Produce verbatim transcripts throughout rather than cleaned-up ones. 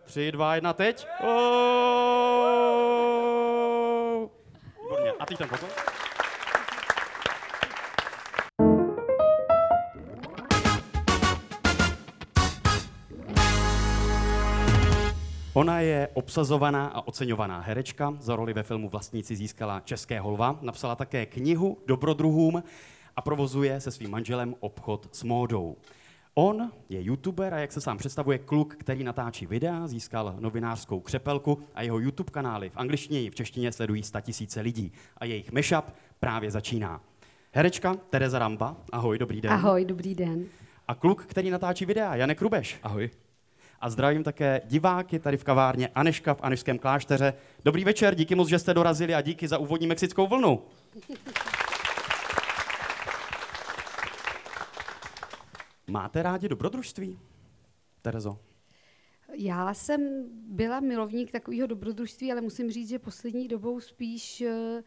Tři, dva, jedna, teď. Oh! Výborně. A teď ten potom. Ona je obsazovaná a oceňovaná herečka. Za roli ve filmu Vlastníci získala Českého lva. Napsala také knihu Dobrodruhům a provozuje se svým manželem obchod s módou. On je youtuber a jak se sám představuje, kluk, který natáčí videa, získal novinářskou křepelku a jeho YouTube kanály v angličtině i v češtině sledují statisíce lidí. A jejich mashup právě začíná. Herečka Tereza Ramba. Ahoj, dobrý den. Ahoj, dobrý den. A kluk, který natáčí videa, Janek Rubeš. Ahoj. A zdravím také diváky tady v kavárně Aneška v Anežském klášteře. Dobrý večer, díky moc, že jste dorazili a díky za úvodní mexickou vlnu. Máte rádi dobrodružství, Terezo? Já jsem byla milovník takového dobrodružství, ale musím říct, že poslední dobou spíš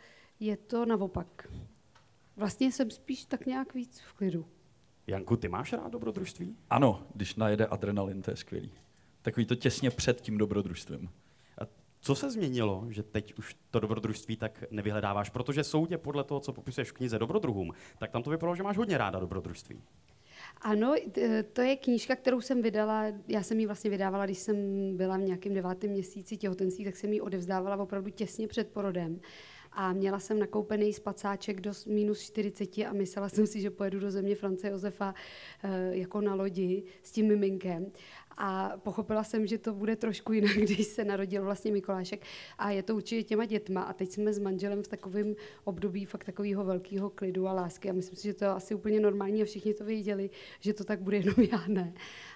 je to naopak. Vlastně jsem spíš tak nějak víc v klidu. Janku, ty máš rád dobrodružství? Ano, když najede adrenalin, to je skvělý. Takový to těsně před tím dobrodružstvím. A co se změnilo, že teď už to dobrodružství tak nevyhledáváš? Protože soudě podle toho, co popisuješ v knize Dobrodruhům, tak tam to vypadalo, že máš hodně ráda dobrodružství. Ano, to je knížka, kterou jsem vydala, já jsem ji vlastně vydávala, když jsem byla v nějakém devátém měsíci těhotenství, tak jsem ji odevzdávala opravdu těsně před porodem. A měla jsem nakoupený spacáček do minus čtyřicet a myslela jsem si, že pojedu do země France Josefa e, jako na lodi s tím miminkem. A pochopila jsem, že to bude trošku jinak, když se narodil vlastně Mikolášek. A je to určitě těma dětma. A teď jsme s manželem v takovém období fakt takového velkého klidu a lásky. A myslím si, že to je asi úplně normální a všichni to věděli, že to tak bude, jenom já ne.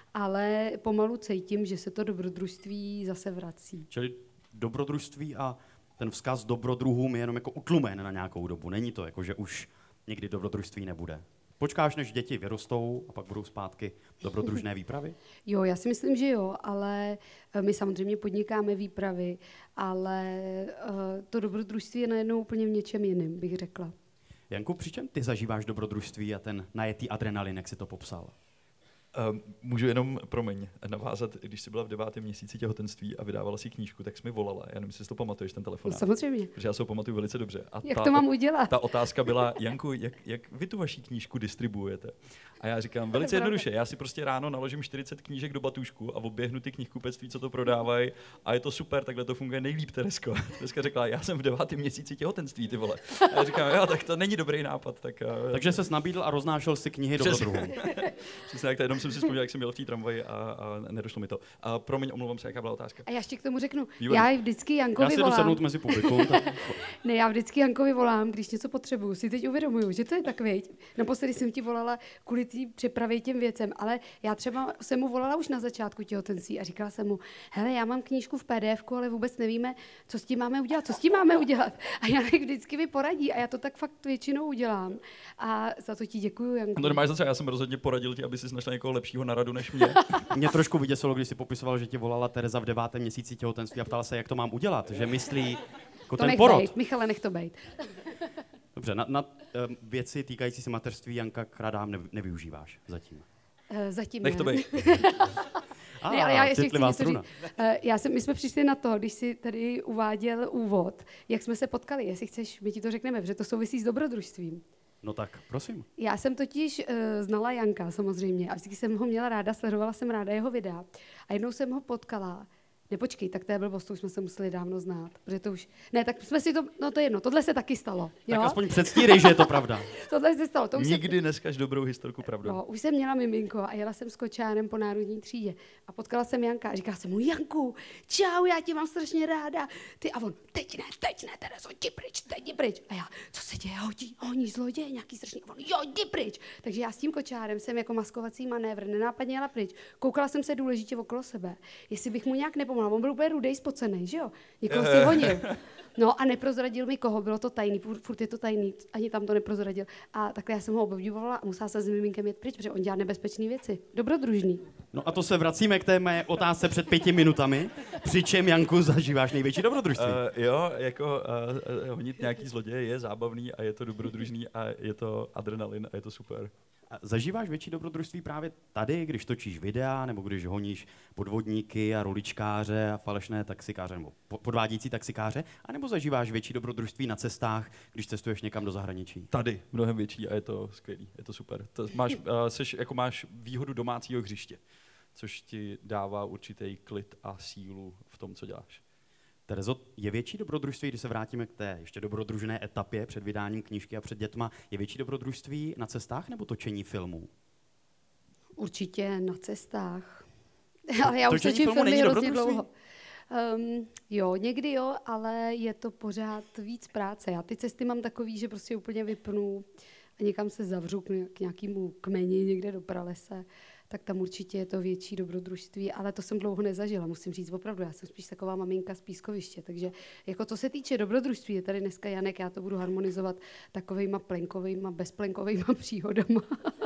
Ale pomalu cítím, že se to dobrodružství zase vrací. Čili dobrodružství a ten vzkaz dobrodruhům je jenom jako utlumen na nějakou dobu. Není to jako, že už někdy dobrodružství nebude. Počkáš, než děti vyrostou a pak budou zpátky dobrodružné výpravy? Jo, já si myslím, že jo, ale my samozřejmě podnikáme výpravy, ale uh, to dobrodružství je najednou úplně v něčem jiném, bych řekla. Janku, při čem ty zažíváš dobrodružství a ten najetý adrenalin, jak jsi to popsal? Uh, můžu jenom, promiň, navázat, když jsi byla v devátém měsíci těhotenství a vydávala si knížku, tak jsi mi volala. Já nevím, jestli si to pamatuješ, ten telefonát. No, samozřejmě. Protože já si ho pamatuju velice dobře. A jak ta, to mám udělat? Ta otázka byla, Janku, jak, jak vy tu vaši knížku distribuujete? A já říkám, velice jednoduše, já si prostě ráno naložím čtyřicet knížek do batůžku a oběhnu ty knihkupectví, co to prodávají, a je to super, takhle to funguje nejlíp, Teresko. Tereska řekla, já jsem v devátém měsíci těhotenství, ty vole. A já říkám, jo, tak to není dobrý nápad. Tak, Takže ses nabídl a roznášel si knihy dobrodruhům. Přesně tak, jenom jsem si vzpomněl, jak jsem měl v té tramvaji a, a nedošlo mi to. A promiň, omlouvám se, jaká byla otázka. A já ještě k tomu řeknu, Výborně. já vždycky Jankovi Já si volám. jdu sednout mezi publikum. Tak... Ne, já vždycky Jankovi volám, když něco potřebuju. Si teď uvědomuju, že to je tak, viď? Naposledy jsem ti volala kvůli té přepravě těm věcem, ale já třeba jsem mu volala už na začátku těhotenství a říkala jsem mu, hele, já mám knížku v P D F ku, ale vůbec nevíme, co s tím máme udělat, co s tím máme udělat. A Janek vždycky mi poradí a já to tak fakt většinou udělám. A za to ti děkuju, Janku. No, máš zase, já jsem rozhodně poradil ti, aby si našla někoho lepšího na radu než mě. Mě trošku vyděsilo, když si popisoval, že ti volala Tereza v devátém měsíci těhotenství a ptala se, jak to mám udělat, že myslí jako to ten nech porod. bejt, Michale, nech to bejt. Dobře, na, na uh, věci týkající se mateřství Janka Kradám nev, nevyužíváš zatím. Uh, zatím Nech to ne. bejt. Ah, Ne, ale já ještě chci citlivá něco struna. říct. Uh, já jsem, my jsme přišli na to, když jsi tady uváděl úvod, jak jsme se potkali, jestli chceš, my ti to řekneme, protože to souvisí s dobrodružstvím. No tak, prosím. Já jsem totiž uh, znala Janka samozřejmě a vždycky jsem ho měla ráda, sledovala jsem ráda jeho videa a jednou jsem ho potkala. Nepočkej, tak to je blbost, to už jsme se museli dávno znát, protože to už... Ne, tak jsme si to... No to je jedno, tohle se taky stalo, jo? Tak aspoň předstírej, že je to pravda. Tohle se stalo, to už Nikdy jsem... neskaž dobrou historku pravdou. No, už jsem měla miminko a jela jsem s kočárem po národní třídě a potkala jsem Janka a říkala jsem mu, Janku, čau, já tě mám strašně ráda. Ty a on, teď ne, teď ne, Terezo, jdi pryč, teď jdi pryč. A já, co se děje, hodí, honí zloděj, nějaký strašný, a on, jo, jdi pryč. Takže já s tím kočárem jsem jako maskovací manévr nenápadně jela pryč. Koukala jsem se důležitě okolo sebe, jestli bych mu nějak nepomohla. On byl úplně rudej, spocenej, že jo? Někoho si honil. No a neprozradil mi koho, bylo to tajný, furt je to tajný, ani tam to neprozradil. A takhle já jsem ho obdivovala a musela se s miminkem jet pryč, protože on dělá nebezpečné věci. Dobrodružný. No a to se vracíme k té mé otázce před pěti minutami. Přičem, Janku, zažíváš největší dobrodružství? Uh, jo, jako uh, honit nějaký zloděj je zábavný a je to dobrodružný a je to adrenalin a je to super. A zažíváš větší dobrodružství právě tady, když točíš videa, nebo když honíš podvodníky a ruličkáře a falešné taxikáře, nebo podvádějící taxikáře, anebo zažíváš větší dobrodružství na cestách, když cestuješ někam do zahraničí? Tady mnohem větší a je to skvělý, je to super. To máš, uh, seš, jako máš výhodu domácího hřiště, což ti dává určitý klid a sílu v tom, co děláš. Terezo, je větší dobrodružství, když se vrátíme k té ještě dobrodružné etapě před vydáním knížky a před dětma, je větší dobrodružství na cestách nebo točení filmů? Určitě na cestách. Ale já už Točení točím filmu filmy není hrozně dobrodružství? dlouho. Um, jo, někdy jo, ale je to pořád víc práce. Já ty cesty mám takový, že prostě úplně vypnu a někam se zavřu k nějak- k nějakému kmeni někde do pralese, tak tam určitě je to větší dobrodružství, ale to jsem dlouho nezažila, musím říct opravdu. Já jsem spíš taková maminka z pískoviště, takže jako co se týče dobrodružství, je tady dneska Janek, já to budu harmonizovat takovejma plenkovejma, bezplenkovejma příhodama.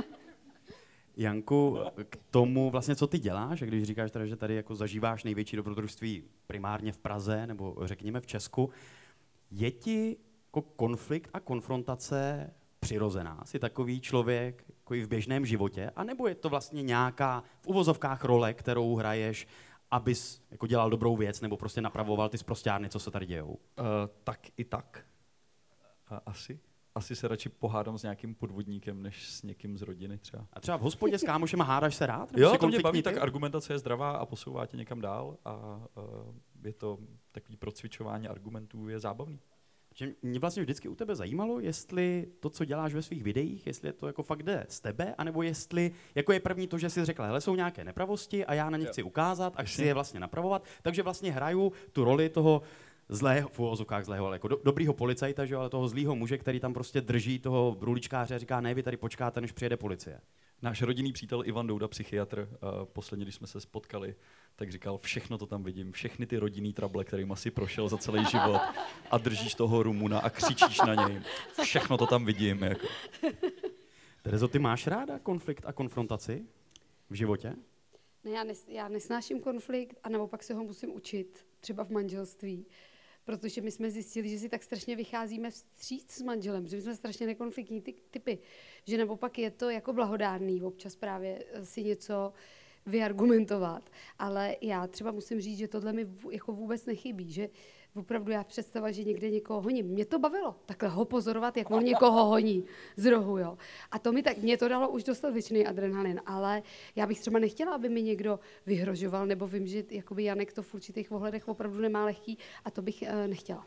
Janku, k tomu vlastně, co ty děláš, a když říkáš teda, že tady jako zažíváš největší dobrodružství primárně v Praze, nebo řekněme v Česku, je ti jako konflikt a konfrontace přirozená? Jsi takový člověk jako i v běžném životě? A nebo je to vlastně nějaká v uvozovkách role, kterou hraješ, abys jako dělal dobrou věc, nebo prostě napravoval ty sprosťárny, co se tady dějou? Uh, tak i tak. Uh, asi. Asi se radši pohádám s nějakým podvodníkem, než s někým z rodiny třeba. A třeba v hospodě s kámošem hádáš se rád? Nebo Jo, jsi to mě konfliktní baví, ty? tak argumentace je zdravá a posouvá tě někam dál a uh, je to takový procvičování argumentů je zábavný. Že mě vlastně vždycky u tebe zajímalo, jestli to, co děláš ve svých videích, jestli je to jako fakt jde z tebe, anebo jestli jako je první to, že jsi řekla, hele, jsou nějaké nepravosti a já na ně chci ukázat a chci je vlastně napravovat, takže vlastně hraju tu roli toho zlého, v uvozovkách zlého, ale jako do, dobrýho policajta, že, ale toho zlýho muže, který tam prostě drží toho ruličkáře a říká, ne, vy tady počkáte, než přijede policie. Náš rodinný přítel Ivan Douda, psychiatr, uh, posledně, když jsme se spotkali, tak říkal, všechno to tam vidím, všechny ty rodinný trable, kterým asi prošel za celý život a držíš toho Rumuna a křičíš na něj. Všechno to tam vidím. Jako. Terezo, ty máš ráda konflikt a konfrontaci v životě? Ne, já, nes, já nesnáším konflikt a naopak se ho musím učit, třeba v manželství. Protože my jsme zjistili, že si tak strašně vycházíme vstříc s manželem, že my jsme strašně nekonfliktní ty, typy, že naopak je to jako blahodárný občas právě si něco vyargumentovat, ale já třeba musím říct, že tohle mi v, jako vůbec nechybí, že opravdu já představa, že někde někoho honím. Mě to bavilo, takhle ho pozorovat, jak on někoho honí z rohu, jo. A to mi tak, mě to dalo už dostatečný adrenalin, ale já bych třeba nechtěla, aby mi někdo vyhrožoval, nebo vím, že jakoby Janek to v určitých ohledech opravdu nemá lehký a to bych e, nechtěla.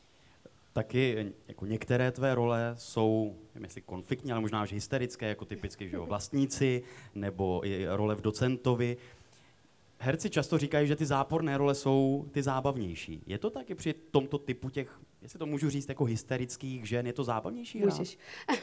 Taky jako některé tvé role jsou, nevím jestli konfliktní, ale možná až hysterické, jako typicky, že jo, vlastníci, nebo i role v Docentovi. Herci často říkají, že ty záporné role jsou ty zábavnější. Je to taky při tomto typu těch, jestli to můžu říct, jako hysterických žen, je to zábavnější hrát? Můžeš.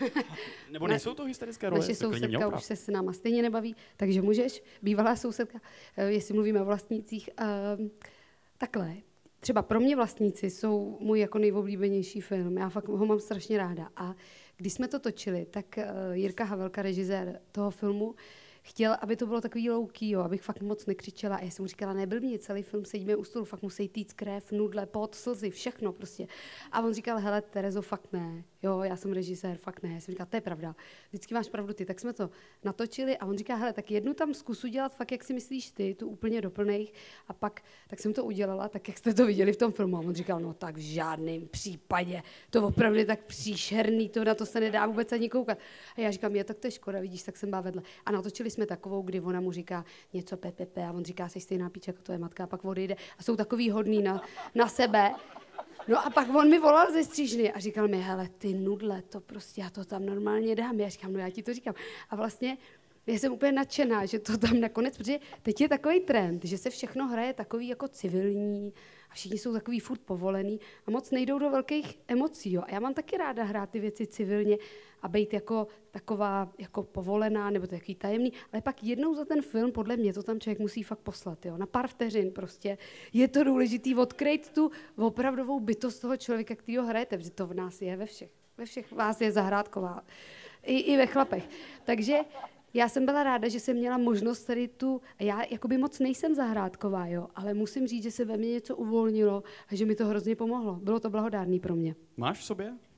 Nebo nejsou to hysterické role? Naše To klidně měl sousedka pravdu. už se s náma stejně nebaví, takže můžeš, bývalá sousedka, eh, jestli mluvíme o vlastnících, eh, takhle. Třeba pro mě Vlastníci jsou můj jako nejoblíbenější film. Já fakt ho mám strašně ráda. A když jsme to točili, tak uh, Jirka Havelka, režisér toho filmu, chtěl, aby to bylo takový low-key, jo, abych fakt moc nekřičela. A já jsem mu říkala, neblbni, celý film sedíme u stolu, fakt musí týct krev, nudle, pot, slzy, všechno prostě. A on říkal, hele, Terezo, fakt ne. Jo, já jsem režisér, fakt ne. Já jsem říkala, to je pravda. Vždycky máš pravdu ty. Tak jsme to natočili a on říká, hele, tak jednu tam zkusu dělat fakt, jak si myslíš ty, tu úplně doplnej. A pak, tak jsem to udělala, tak jak jste to viděli v tom filmu. A on říkal, no tak v žádném případě. To opravdu je tak příšerný, to na to se nedá vůbec ani koukat. A já říkám, je, tak to je škoda, vidíš, tak jsem byla vedle. A natočili jsme takovou, kdy ona mu říká něco pepepe a on říká, jsi stejná píč jako tvoje matka, a pak odejde. A jsou takový hodný na, na sebe. No a pak on mi volal ze střížny a říkal mi, hele, ty nudle, to prostě, já to tam normálně dám. Já říkám, no já ti to říkám. A vlastně já jsem úplně nadšená, že to tam nakonec, protože teď je takový trend, že se všechno hraje takový jako civilní a všichni jsou takový furt povolený a moc nejdou do velkých emocí. Jo. A já mám taky ráda hrát ty věci civilně a být jako taková jako povolená nebo takový tajemný, ale pak jednou za ten film podle mě to tam člověk musí fakt poslat, jo. Na pár vteřin prostě je to důležitý odkryt tu opravdovou bytost toho člověka, kterýho hrajete, protože to v nás je ve všech. Ve všech vás je zahrádková. I, i ve chlapech. Takže já jsem byla ráda, že jsem měla možnost tady tu, já jakoby moc nejsem zahrádková, jo, ale musím říct, že se ve mně něco uvolnilo a že mi to hrozně pomohlo. Bylo to blahodárný pro mě. Máš v sobě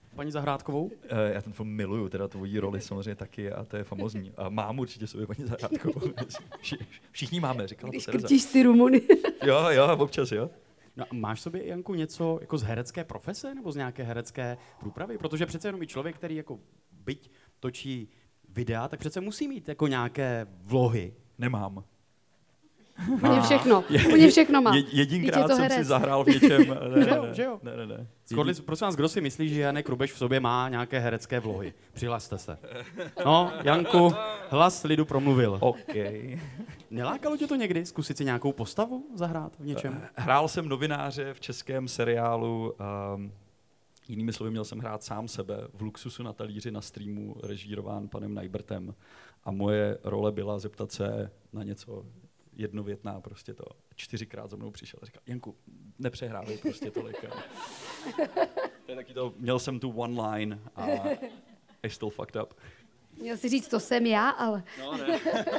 paní Zahrádkovou? Uh, já ten film miluju, teda tvojí roli samozřejmě taky a to je famózní. A mám určitě sobě paní Zahrádkovou. Vši, všichni máme, říkala Když to Tereza. krtíš ty Rumuny. Jo, jo, občas, jo. No, máš sobě, Janku, něco jako z herecké profese nebo z nějaké herecké průpravy? Protože přece jenom i člověk, který jako byť točí videa, tak přece musí mít jako nějaké vlohy. Nemám. Úplně všechno, úplně všechno má. Je, Vždyť je jedinkrát to jsem herec. si zahrál v něčem. Ne, Že jo, ne, že jo? ne, ne, ne. Shodli, prosím vás, kdo si myslí, že Janek Rubeš v sobě má nějaké herecké vlohy? Přihlaste se. No, Janku, hlas lidu promluvil. OK. Nelákalo tě to někdy zkusit si nějakou postavu zahrát v něčem? Hrál jsem novináře v českém seriálu, um, jinými slovy měl jsem hrát sám sebe v Luxusu na talíři na streamu, režírován panem Najbrtem. A moje role byla zeptat se na něco jednovětná, prostě to. Čtyřikrát za mnou přišel a říkal, Janku, nepřehrávej prostě tolik. To je taky to, měl jsem tu one line a I still fucked up. Měl si říct, to jsem já, ale... No, ne.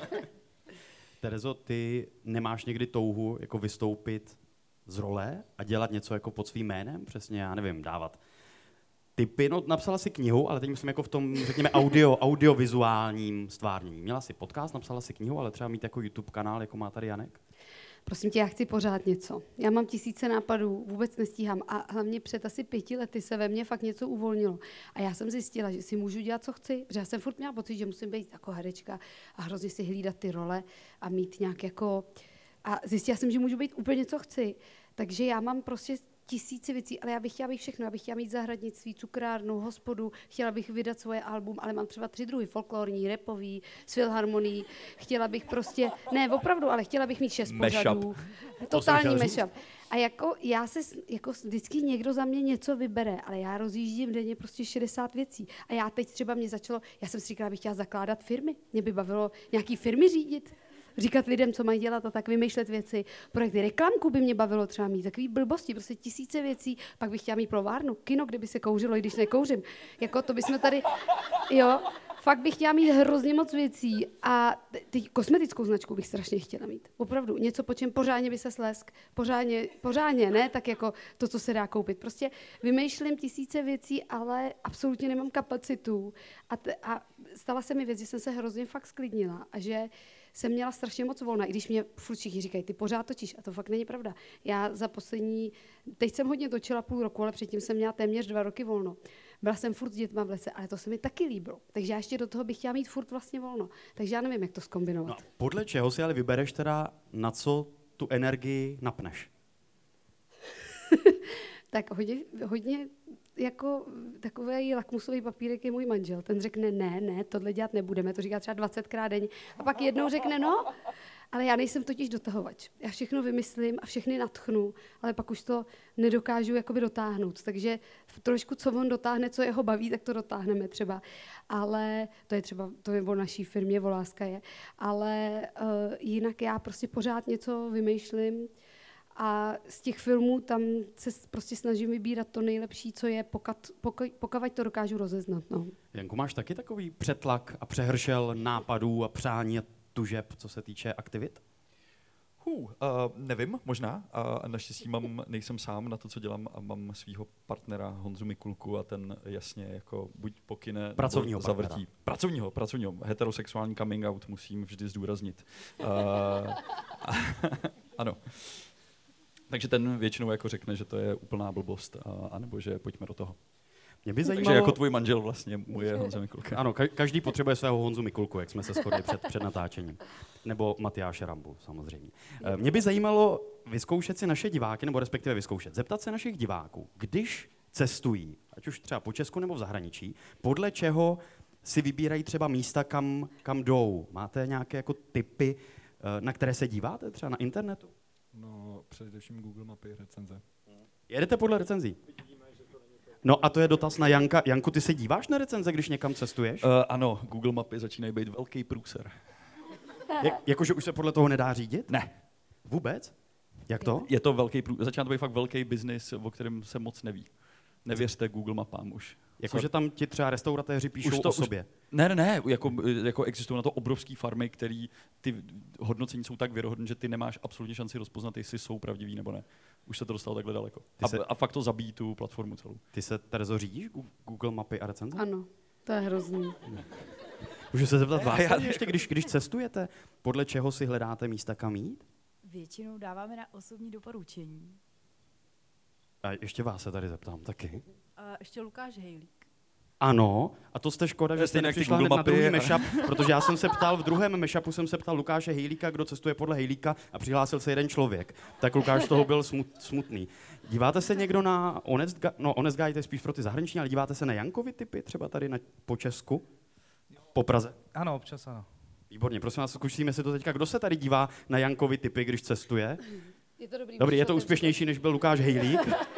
Terezo, ty nemáš někdy touhu jako vystoupit z role a dělat něco jako pod svým jménem? Přesně, já nevím, dávat tipy. No, napsala si knihu, ale teď myslím jako v tom, řekněme, audio, audiovizuálním stvárnění. Měla si podcast, napsala si knihu, ale třeba mít jako YouTube kanál, jako má tady Janek? Prosím tě, já chci pořád něco. Já mám tisíce nápadů, vůbec nestíhám. A hlavně před asi pěti lety se ve mně fakt něco uvolnilo. A já jsem zjistila, že si můžu dělat, co chci. Protože já jsem furt měla pocit, že musím být jako herečka a hrozně si hlídat ty role a mít nějak jako... A zjistila jsem, že můžu být úplně, co chci. Takže já mám prostě tisíce věcí, ale já bych chtěla být všechno. Já bych chtěla mít zahradnictví, cukrárnu, hospodu, chtěla bych vydat svoje album, ale mám třeba tři druhy, folklorní, rapový, s filharmonií. Chtěla bych prostě, ne, opravdu, ale chtěla bych mít šest Mashup. pořadů. Totální mashup. A jako já se, jako vždycky někdo za mě něco vybere, ale já rozjíždím denně prostě šedesát věcí. A já teď třeba mě začalo, já jsem si říkala, bych chtěla zakládat firmy. Mě by bavilo nějaký firmy řídit. Říkat lidem, co mají dělat a tak vymýšlet věci. Projekty reklamku by mě bavilo třeba mít, takový blbosti, prostě tisíce věcí. Pak bych chtěla mít provárnu, kino, kde by se kouřilo, i když nekouřím. Jako to bychom tady, jo, fakt bych chtěla mít hrozně moc věcí a ty kosmetickou značku bych strašně chtěla mít. Opravdu, něco, po čem pořádně by se slesk. Pořádně, pořádně, ne tak jako to, co se dá koupit. Prostě vymýšlím tisíce věcí, ale absolutně nemám kapacitu. A, t- a stala se mi věc, že jsem se hrozně fakt sklidnila a že jsem měla strašně moc volna, i když mě furt všichni říkají, ty pořád točíš, a to fakt není pravda. Já za poslední, teď jsem hodně točila půl roku, ale předtím jsem měla téměř dva roky volno. Byla jsem furt s dětma v lese, ale to se mi taky líbilo. Takže já ještě do toho bych chtěla mít furt vlastně volno. Takže já nevím, jak to zkombinovat. No, podle čeho si ale vybereš teda, na co tu energii napneš? Tak hodně, hodně jako takový lakmusový papírek je můj manžel. Ten řekne ne, ne, tohle dělat nebudeme, to říká třeba dvacetkrát denně. A pak jednou řekne no, ale já nejsem totiž dotahovač. Já všechno vymyslím a všechny natchnu, ale pak už to nedokážu jakoby dotáhnout. Takže trošku, co on dotáhne, co jeho baví, tak to dotáhneme třeba. Ale to je třeba, to je o naší firmě, Voláska je. Ale uh, jinak já prostě pořád něco vymýšlím. A z těch filmů tam se prostě snažím vybírat to nejlepší, co je, pokud, pokud, pokud to dokážu rozeznat. No. Janku, máš taky takový přetlak a přehršel nápadů a přání a tužeb, co se týče aktivit? Huh, uh, nevím, možná. A uh, naštěstí mám, nejsem sám na to, co dělám, a mám svého partnera Honzu Mikulku a ten jasně jako buď pokyne, Pracovního nebo zavrtí. Pracovního, pracovního. Heterosexuální coming out musím vždy zdůraznit. Uh, ano. Takže ten většinou jako řekne, že to je úplná blbost, a, anebo že pojďme do toho. Mě by zajímalo... Takže jako tvůj manžel vlastně můj je Honza Mikulka. Ano, ka- každý potřebuje svého Honzu Mikulku, jak jsme se shodli před, před natáčením. Nebo Matyáše Rambu, samozřejmě. Mě by zajímalo vyzkoušet si naše diváky, nebo respektive vyzkoušet, zeptat se našich diváků, když cestují, ať už třeba po Česku nebo v zahraničí, podle čeho si vybírají třeba místa, kam, kam jdou. Máte nějaké jako tipy, na které se díváte třeba na internetu? No, především Google mapy, recenze. Jedete podle recenzí? No a to je dotaz na Janka. Janku, ty se díváš na recenze, když někam cestuješ? Uh, ano, Google mapy začínají být velký průser. Jak, jakože už se podle toho nedá řídit? Ne. Vůbec? Jak to? Je to velký průser. Začíná to být fakt velký biznis, o kterém se moc neví. Nevěřte Google mapám už. Jakože tam ti třeba restauratéři píšou to, o sobě. Už, ne, ne, ne, jako, jako existují na to obrovské farmy, které ty hodnocení jsou tak věrohodné, že ty nemáš absolutně šanci rozpoznat, jestli jsou pravdivý nebo ne. už se to dostalo takhle daleko. Ty A, se- a fakt to zabíjí tu platformu celou. Ty se, Terezo, řídíš Gu- Google mapy a recenze? Ano, to je hrozný. Můžu se zeptat vás, Já- tady ještě když, když cestujete, podle čeho si hledáte místa, kam jít? Většinou dáváme na osobní doporučení. A ještě vás se tady zeptám taky. A ještě Lukáš Hejlík. Ano, a to jste škoda, To že je jste stejně jak ty nepřišla Google hned na mapy druhý a- mashup, protože já jsem se ptal, v druhém mashupu jsem se ptal Lukáše Hejlíka, kdo cestuje podle Hejlíka a přihlásil se jeden člověk. Tak Lukáš z toho byl smut, smutný. Díváte se někdo na Honest Guy, no Honest Guy to je spíš pro ty zahraniční, ale díváte se na Jankovy typy třeba tady na, po Česku? Po Praze? Ano, občas ano. Výborně, prosím vás, zkusíme si to teďka. Kdo se tady dívá na Jankovy typy, když cestuje? Je to dobrý. Dobrý, je to přišel úspěšnější, než byl Lukáš Hejlík.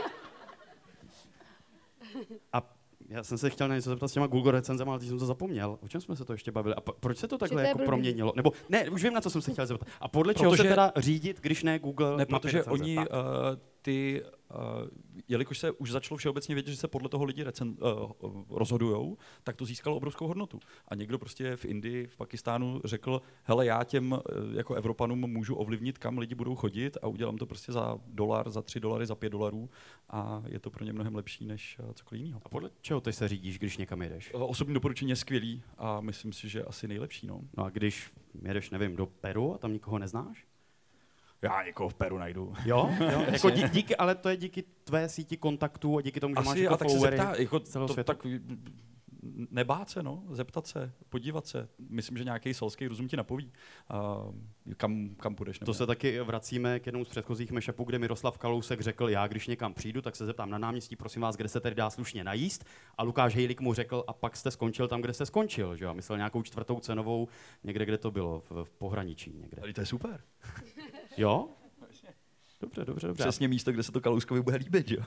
A já jsem se chtěl na něco zeptat s těma Google recenzema, ale teď jsem to zapomněl. O čem jsme se to ještě bavili? A po- proč se to takhle to je jako blbý. proměnilo? Nebo ne, už vím, na co jsem se chtěl zeptat. A podle čeho se Protože- teda řídit, když ne Google Ne, mapy protože recenze? oni Tak. uh, ty, uh, jelikož se už začalo všeobecně vědět, že se podle toho lidi recen, uh, rozhodujou, tak to získalo obrovskou hodnotu. A někdo prostě v Indii, v Pakistánu řekl, hele, já těm uh, jako Evropanům můžu ovlivnit, kam lidi budou chodit a udělám to prostě za dolar, za tři dolary, za pět dolarů a je to pro ně mnohem lepší než uh, cokoliv jiného. A podle čeho ty se řídíš, když někam jedeš? Uh, Osobní doporučení je skvělý a myslím si, že asi nejlepší. No. No a když jedeš, nevím, do Peru a tam nikoho neznáš? Já někoho v Peru najdu. Jo, jo. Jako dí, díky, ale to je díky tvé síti kontaktů a díky tomu, že máš Asi, jako a tak se followery zeptá, jako z celého to, světa. tak nebát se, no, zeptat se, podívat se. Myslím, že nějaký selský rozum ti napoví, uh, kam, kam půjdeš. nebo To se taky vracíme k jednomu z předchozích mashupů, kde Miroslav Kalousek řekl, já když někam přijdu, tak se zeptám na náměstí, prosím vás, kde se tedy dá slušně najíst. A Lukáš Hejlík mu řekl, a pak jste skončil tam, kde jste skončil. Že jo? Myslel nějakou čtvrtou cenovou, někde, kde to bylo, v, v pohraničí někde. Ale to je super. Jo? Dobře, dobře, dobře. Přesně místo, kde se to Kalouskovi bude líbit, že jo?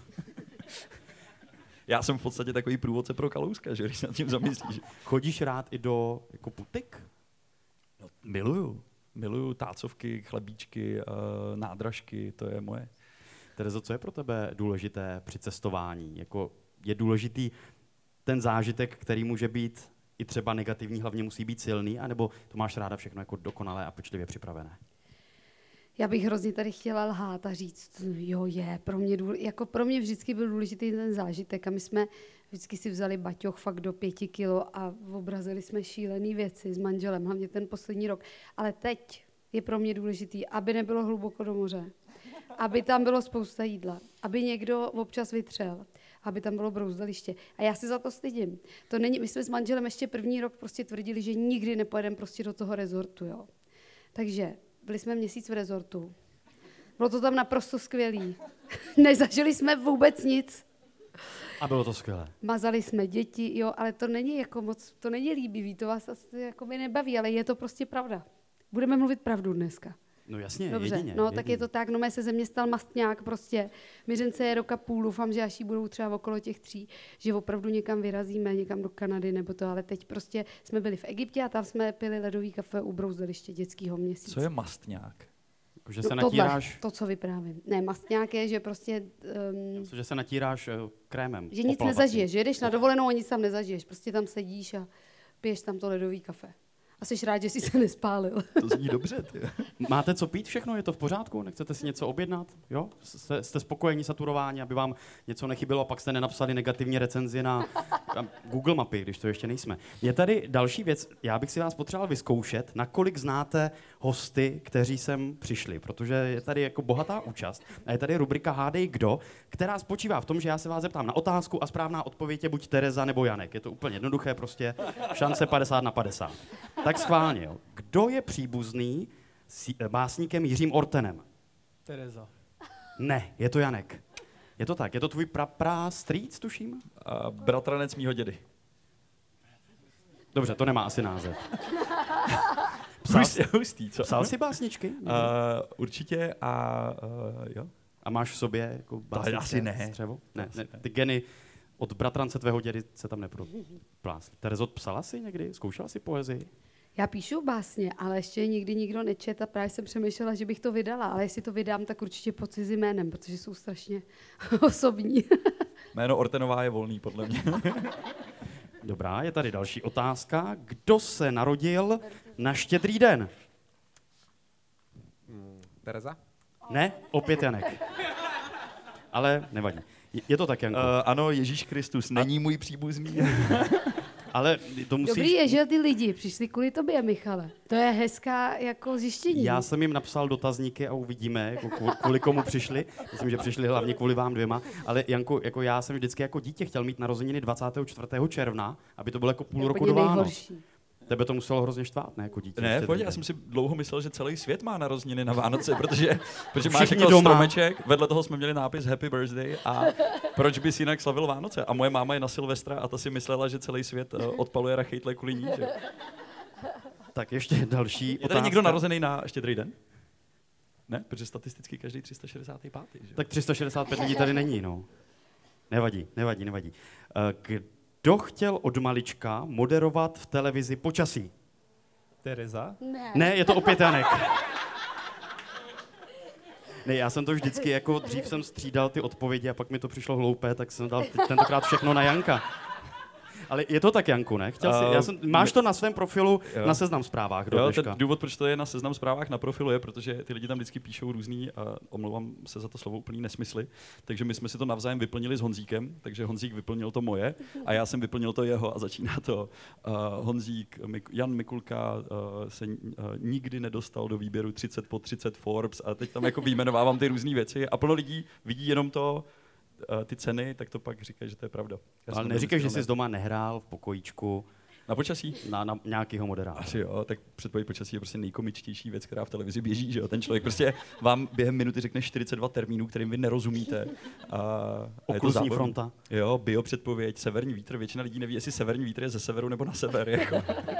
Já jsem v podstatě takový průvodce pro Kalouska, že když se nad tím zamyslíš. Chodíš rád i do jako putik? No, miluju. Miluju tácovky, chlebíčky, uh, nádražky, to je moje. Terezo, co je pro tebe důležité při cestování? Jako je důležitý ten zážitek, který může být i třeba negativní, hlavně musí být silný, anebo to máš ráda všechno jako dokonalé a pečlivě připravené? Já bych hrozně tady chtěla lhát a říct, jo, je, pro mě, důle, jako pro mě vždycky byl důležitý ten zážitek a my jsme vždycky si vzali baťoch fakt do pěti kilo a obrazili jsme šílené věci s manželem, hlavně ten poslední rok. Ale teď je pro mě důležitý, aby nebylo hluboko do moře, aby tam bylo spousta jídla, aby někdo občas vytřel, aby tam bylo brouzdaliště. A já si za to stydím. To není, my jsme s manželem ještě první rok prostě tvrdili, že nikdy nepojedeme prostě do toho rezortu, jo. Takže byli jsme měsíc v rezortu. Bylo to tam naprosto skvělý. Nezažili jsme vůbec nic. A bylo to skvělé. Mazali jsme děti, jo, ale to není jako moc, to není líbivý, to vás asi jako mi nebaví, ale je to prostě pravda. Budeme mluvit pravdu dneska. No jasně, Dobře, jedině. no jedině. tak je to tak, no mé se ze mě stal mastňák prostě. Miřence je roka půl, doufám, že až jí budou třeba okolo těch tří, že opravdu někam vyrazíme, někam do Kanady nebo to, ale teď prostě jsme byli v Egyptě a tam jsme pili ledový kafe u brouzdaliště dětského měsíce. Co je mastňák? Jako, že No, se tohle, natíráš, to, co vyprávím. Ne, mastňák je, že prostě, um, že se natíráš eh, krémem. že nic oplavacím. nezažiješ, že jedeš na dovolenou a nic tam nezažiješ, prostě tam sedíš a piješ tam to ledový kafe. A jsi rád, že jsi se nespálil. To zní dobře, ty. Máte co pít všechno? Je to v pořádku? Nechcete si něco objednat? Jo? Jste, jste spokojení, saturováni, aby vám něco nechybělo a pak jste nenapsali negativní recenzi na na Google mapy, když to ještě nejsme. Je tady další věc. Já bych si vás potřeboval vyzkoušet, nakolik znáte hosty, kteří sem přišli, protože je tady jako bohatá účast a je tady rubrika Hádej kdo, která spočívá v tom, že já se vás zeptám na otázku a správná odpověď je buď Tereza nebo Janek. Je to úplně jednoduché, prostě šance padesát na padesát. Tak schválně, jo. Kdo je příbuzný s básníkem Jiřím Ortenem? Tereza. Ne, je to Janek. Je to tak, je to tvůj pra, pra strýc, tuším? A bratranec mýho dědy. Dobře, to nemá asi název. Psal, Hustý, hustý, co? psal jsi básničky? Uh, určitě a uh, jo. A máš v sobě jako básnické asi ne. střevo? Ne, asi ne, ne. ty geny od bratrance tvého dědy se tam neproplásly. Terezo, psala jsi někdy? Zkoušela jsi poezii? Já píšu básně, ale ještě nikdy nikdo nečet a právě jsem přemýšlela, že bych to vydala, ale jestli to vydám, tak určitě pod cizím jménem, protože jsou strašně osobní. Jméno Ortenová je volný, podle mě. Dobrá, je tady další otázka. Kdo se narodil na Štědrý den? Mm, Tereza? Ne, opět Janek. Ale nevadí. Je, je to tak, Janko. Uh, ano, Ježíš Kristus není můj příbuzný. Ale to musíš... Dobrý je, že ty lidi přišli kvůli tobě, Michale. To je hezká jako zjištění. Já jsem jim napsal dotazníky a uvidíme, jako kvůli, kvůli komu přišli. Myslím, že přišli hlavně kvůli vám dvěma. Ale Janku, jako já jsem vždycky jako dítě chtěl mít narozeniny dvacátého čtvrtého června, aby to bylo jako půl roku do Vánoc. Tebe to muselo hrozně štvát, ne, jako dítě? Ne, pojď, já jsem si dlouho myslel, že celý svět má narozeniny na Vánoce, protože, protože máš Všichni jako doma. stromeček, vedle toho jsme měli nápis Happy Birthday a proč bys jinak slavil Vánoce? A moje máma je na Silvestra a ta si myslela, že celý svět uh, odpaluje rachejtle kvůli ní. Že? Tak ještě další Je tady otázka. někdo narozený na Štědrý den? Ne, protože statisticky každý tři sta šedesát pět. Že? Tak tři sta šedesát pět lidí tady není, no. Nevadí, nevadí, nevadí. Uh, kdo chtěl od malička moderovat v televizi počasí? Tereza? Ne. Ne, je to opět Janek. Ne, já jsem to vždycky, jako dřív jsem střídal ty odpovědi a pak mi to přišlo hloupé, tak jsem dal t- tentokrát všechno na Janka. Ale je to tak, Janku, ne? Chtěl jsi, já jsem, máš to na svém profilu Jo. na Seznam Zprávách do Jo, dneška. ten důvod, proč to je na Seznam Zprávách na profilu, je, protože ty lidi tam vždycky píšou různý, a omlouvám se za to slovo, úplný nesmysly, takže my jsme si to navzájem vyplnili s Honzíkem, takže Honzík vyplnil to moje a já jsem vyplnil to jeho a začíná to uh, Honzík, Mik- Jan Mikulka uh, se uh, nikdy nedostal do výběru třicet po třicet Forbes a teď tam jako vyjmenovávám ty různé věci a plno lidí vidí jenom to, uh, ty ceny, tak to pak říkají, že to je pravda. Já Ale jsem neříkej, že nevzpomněl. jsi doma nehrál v pokojíčku Na počasí? na, na nějakýho moderátora. Asi jo, tak předpověď počasí je prostě nejkomičtější věc, která v televizi běží, že jo? Ten člověk prostě vám během minuty řekne čtyřicet dva termínů, kterým vy nerozumíte. A, a je to Okluzní zábavný. fronta. Jo, biopředpověď, severní vítr, většina lidí neví, jestli severní vítr je ze severu nebo na sever. Jako.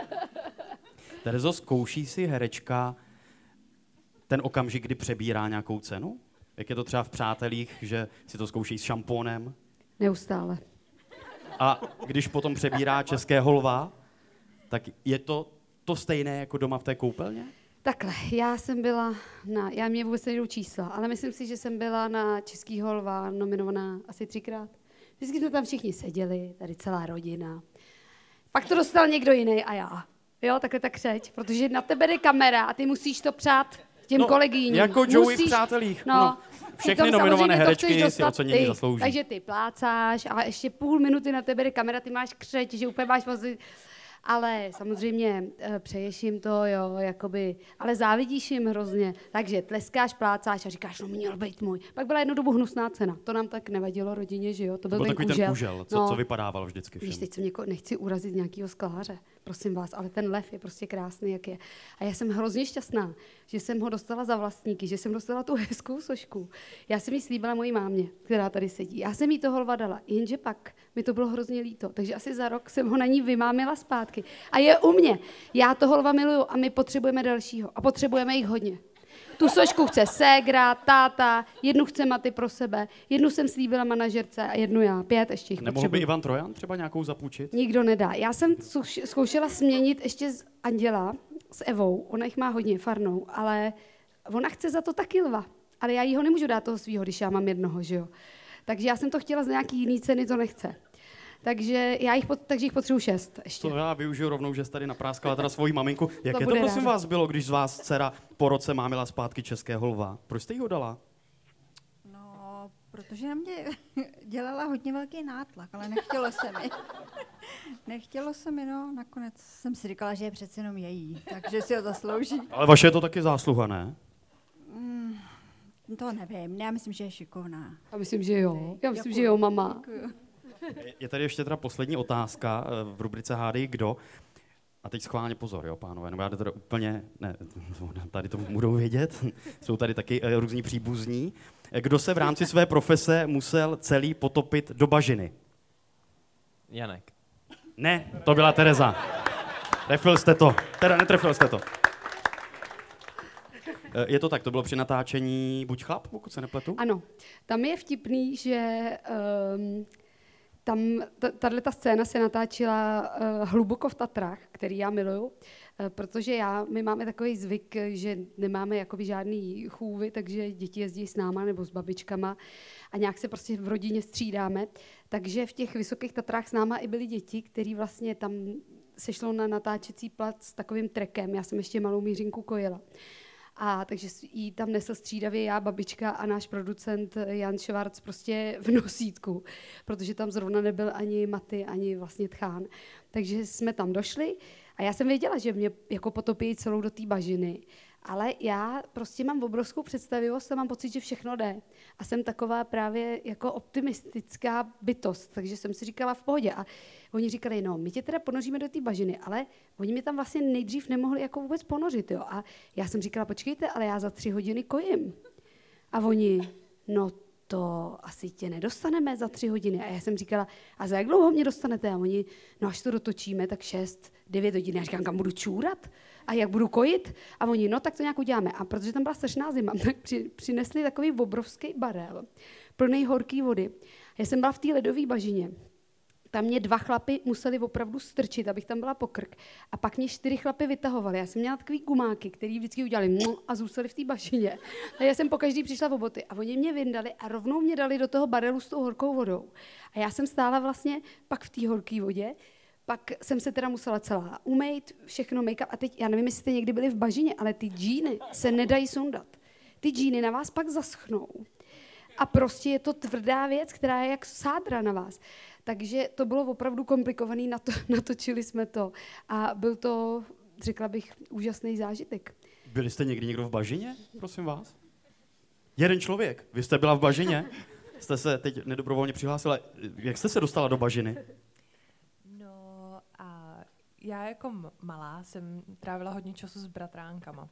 Terezo, zkouší si herečka ten okamžik, kdy přebírá nějakou cenu? Jak je to třeba v Přátelích, že si to zkouší s šampónem? Neustále. A když potom přebírá Českého lva, tak je to to stejné jako doma v té koupelně? Takhle, já jsem byla na, já mě vůbec nejdou čísla, ale myslím si, že jsem byla na Českýho lva nominovaná asi třikrát. Vždycky jsme tam všichni seděli, tady celá rodina. Pak to dostal někdo jiný a já. Jo, takhle ta křeč, protože na tebe jde kamera a ty musíš to přát těm No, kolegům. jako Joey v Přátelích. No, No, všechny přitom nominované samozřejmě to herečky chceš si dostat ocenění ty. zaslouží. Takže ty plácáš a ještě půl minuty na tebe jde kamera, ty máš křeč, že úplně máš moc... Ale samozřejmě eh, přeješ jim to, jo, jakoby, ale závidíš jim hrozně. Takže tleskáš, plácáš a říkáš, no měl být můj. Pak byla jednu dobu hnusná cena. To nám tak nevadilo rodině, že jo, to byl, Byl ten takový kužel. ten kužel, co, No. co vypadával vždycky Víš, všem. teď jsem něko, nechci urazit nějakého skláře, prosím vás, ale ten lev je prostě krásný, jak je. A já jsem hrozně šťastná, že jsem ho dostala za vlastníky, že jsem dostala tu hezkou sošku. Já jsem ji slíbila mojí mámě, která tady sedí. Já jsem jí toho lva dala, jenže pak mi to bylo hrozně líto, takže asi za rok jsem ho na ní vymámila zpátky. A je u mě. Já toho lva miluju a my potřebujeme dalšího. A potřebujeme jich hodně. Tu sošku chce ségra, táta, jednu chce Maty pro sebe, jednu jsem slíbila manažerce a jednu já. Pět ještě jich Nemohl by potřebuji. Ivan Trojan třeba nějakou zapůjčit? Nikdo nedá. Já jsem zkuš- zkoušela směnit ještě z Anděla s Evou, ona jich má hodně farnou, ale ona chce za to taky lva. Ale já jí ho nemůžu dát toho svýho, když já mám jednoho, že jo. Takže já jsem to chtěla z nějaký jiný ceny, to nechce. Takže já jich, pot- takže jich potřebuji šest ještě. To já využiju rovnou, že jsi tady napráskala teda svoji maminku. Jak To je to bude prosím ráda. vás bylo, když z vás dcera po roce mámila zpátky Českého lva? Proč jste jí ho dala? No, protože na mě dělala hodně velký nátlak, ale nechtělo se mi. Nechtělo se mi, no, nakonec jsem si říkala, že je přece jenom její, takže si ho zaslouží. Ale vaše je to taky zásluha, ne? Mm, to nevím, já myslím, že je šikovná. Já myslím, že jo. Já myslím, Děkuju. že jo, mama. Děkuju. Je tady ještě teda poslední otázka eh, v rubrice Hádej kdo. A teď schválně pozor, jo, pánové, nebo já to teda úplně, ne, tady to budou vědět, jsou tady taky eh, různí příbuzní. Eh, Kdo se v rámci své profese musel celý potopit do bažiny? Janek. Ne, to byla Tereza. Trefil jste to. Teda netrefil jste to. Eh, Je to tak, to bylo při natáčení Buď chlap, pokud se nepletu? Ano, tam je vtipný, že um, tam tahle ta scéna se natáčela uh, hluboko v Tatrách, který já miluju, uh, protože já, my máme takový zvyk, že nemáme jakoby žádný chůvy, takže děti jezdí s náma nebo s babičkama a nějak se prostě v rodině střídáme. Takže v těch vysokých Tatrách s náma i byly děti, který vlastně tam sešlo na natáčecí plac s takovým trekem. Já jsem ještě malou mířinku kojila. A takže jí tam nesl střídavě já, babička a náš producent Jan Švarc prostě v nosítku, protože tam zrovna nebyl ani Maty, ani vlastně Tchán. Takže jsme tam došli a já jsem věděla, že mě jako potopí celou do té bažiny. Ale já prostě mám obrovskou představivost a mám pocit, že všechno jde. A jsem taková právě jako optimistická bytost, takže jsem si říkala v pohodě. A oni říkali, no, my tě teda ponoříme do té bažiny, ale oni mě tam vlastně nejdřív nemohli jako vůbec ponořit. Jo. A já jsem říkala, počkejte, ale já za tři hodiny kojím. A oni, no to asi tě nedostaneme za tři hodiny. A já jsem říkala, a za jak dlouho mě dostanete? A oni, no až to dotočíme, tak šest, devět hodin. Já říkám, kam budu čůrat? A jak budu kojit? A oni, no tak to nějak uděláme. A protože tam byla strašná zima, tak při, přinesli takový obrovský barel, plný horký vody. Já jsem byla v té ledové bažině. Tam mě dva chlapy museli opravdu strčit, abych tam byla pokrk. A pak mě čtyři chlapy vytahovali. Já jsem měla takový gumáky, který vždycky udělali a zůstali v té bažině. A já jsem pokaždý přišla v boty. A oni mě vyndali a rovnou mě dali do toho barelu s tou horkou vodou. A já jsem stála vlastně pak v té horké vodě. Pak jsem se teda musela celá umýt, všechno make-up. A teď, já nevím, jestli jste někdy byli v bažině, ale ty džíny se nedají sundat. Ty džíny na vás pak zaschnou. A prostě je to tvrdá věc, která je jak sádra na vás. Takže to bylo opravdu komplikované, nato, natočili jsme to. A byl to, řekla bych, úžasný zážitek. Byli jste někdy někdo v bažině, prosím vás? Jeden člověk. Vy jste byla v bažině? Jste se teď nedobrovolně přihlásila. Jak jste se dostala do bažiny? No a já jako malá jsem trávila hodně času s bratránkama.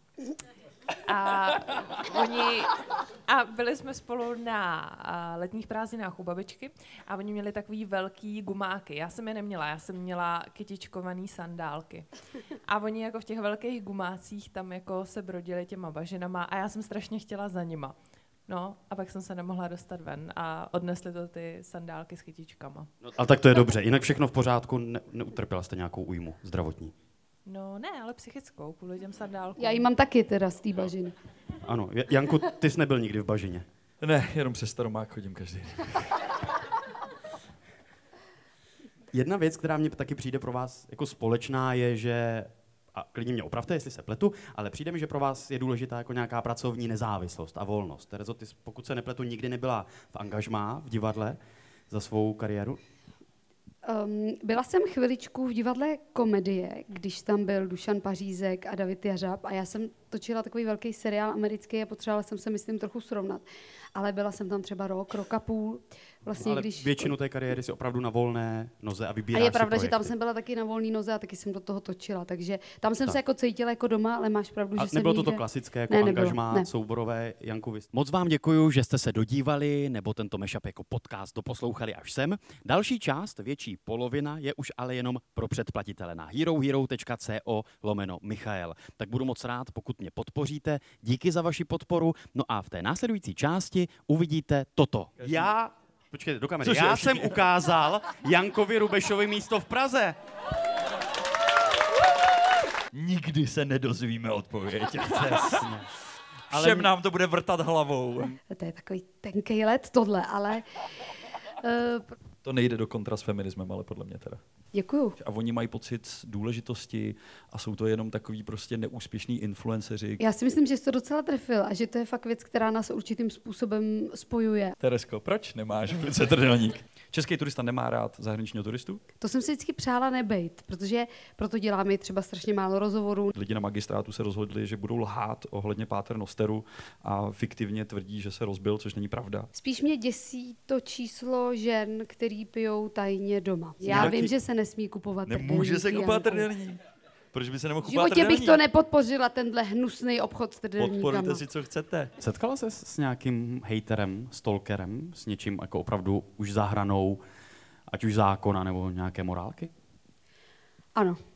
A oni, a byli jsme spolu na a, letních prázdninách u babičky a oni měli takový velký gumáky. Já jsem je neměla, já jsem měla kytičkovaný sandálky. A oni jako v těch velkých gumácích tam jako se brodili těma bažinama a já jsem strašně chtěla za nima. No a pak jsem se nemohla dostat ven a odnesli to ty sandálky s kytičkama. No, a tak to je dobře, jinak všechno v pořádku, ne, neutrpěla jste nějakou újmu zdravotní? No ne, ale psychickou, kvůli těm sandálkům. Já ji mám taky teda z té bažiny. Ano, Janku, ty jsi nebyl nikdy v bažině. Ne, jenom přes Staromák chodím každý den. Jedna věc, která mě taky přijde pro vás jako společná, je, že, a klidně mě opravte, jestli se pletu, ale přijde mi, že pro vás je důležitá jako nějaká pracovní nezávislost a volnost. Terezo, ty, pokud se nepletu, nikdy nebyla v angažmá v divadle za svou kariéru? Um, byla jsem chviličku v divadle Komedie, když tam byl Dušan Pařízek a David Jařab a já jsem točila takový velký seriál americký a potřebovala jsem se, myslím, trochu srovnat. Ale byla jsem tam třeba rok, rok a půl. Vlastně, No, ale když... většinu té kariéry si opravdu na volné noze a vybíráš A je si pravda, že projekty. tam jsem byla taky na volné noze a taky jsem do toho točila, takže tam jsem Tak. se jako cítila jako doma, ale máš pravdu, A že jsem nebylo nikde... to to klasické jako Ne, nebylo, angažmá ne. souborové, Janku, vy... Moc vám děkuju, že jste se dodívali, nebo tento mashup jako podcast doposlouchali až sem. Další část, větší polovina, je už ale jenom pro předplatitele na herohero.co lomeno Michael. Tak budu moc rád, pokud mě podpoříte. Díky za vaši podporu. No a v té následující části uvidíte toto. Já... Počkejte, do kamery. Cože? Já jsem ukázal Jankovi Rubešovi místo v Praze. Nikdy se nedozvíme odpověď. Přesně. Ale Všem nám to bude vrtat hlavou. To je takový tenkej let tohle, ale... Uh, To nejde do kontra s feminismem, ale podle mě teda. děkuju. A oni mají pocit důležitosti a jsou to jenom takový prostě neúspěšní influenceři. Já si myslím, že jsi to docela trefil a že to je fakt věc, která nás určitým způsobem spojuje. Teresko, proč nemáš v ruce trdelník? Český turista nemá rád zahraničního turistu? To jsem si vždycky přála nebejt, protože proto děláme třeba strašně málo rozhovorů. Lidi na magistrátu se rozhodli, že budou lhát ohledně Pater Nosteru a fiktivně tvrdí, že se rozbil, což není pravda. Spíš mě děsí to číslo žen, který pijou tajně doma. Já Nějaký- vím, že se nesmí kupovat Nemůže se trdelníky, kupovat Janku. trdelník. Proč by se nemohl V kupovat životě bych trdelník? to nepodpořila, tenhle hnusný obchod s trdelníkama. Podporujte si, co chcete. Setkala se s nějakým hejterem, stalkerem, s něčím jako opravdu už za hranou, ať už zákona nebo nějaké morálky? Ano.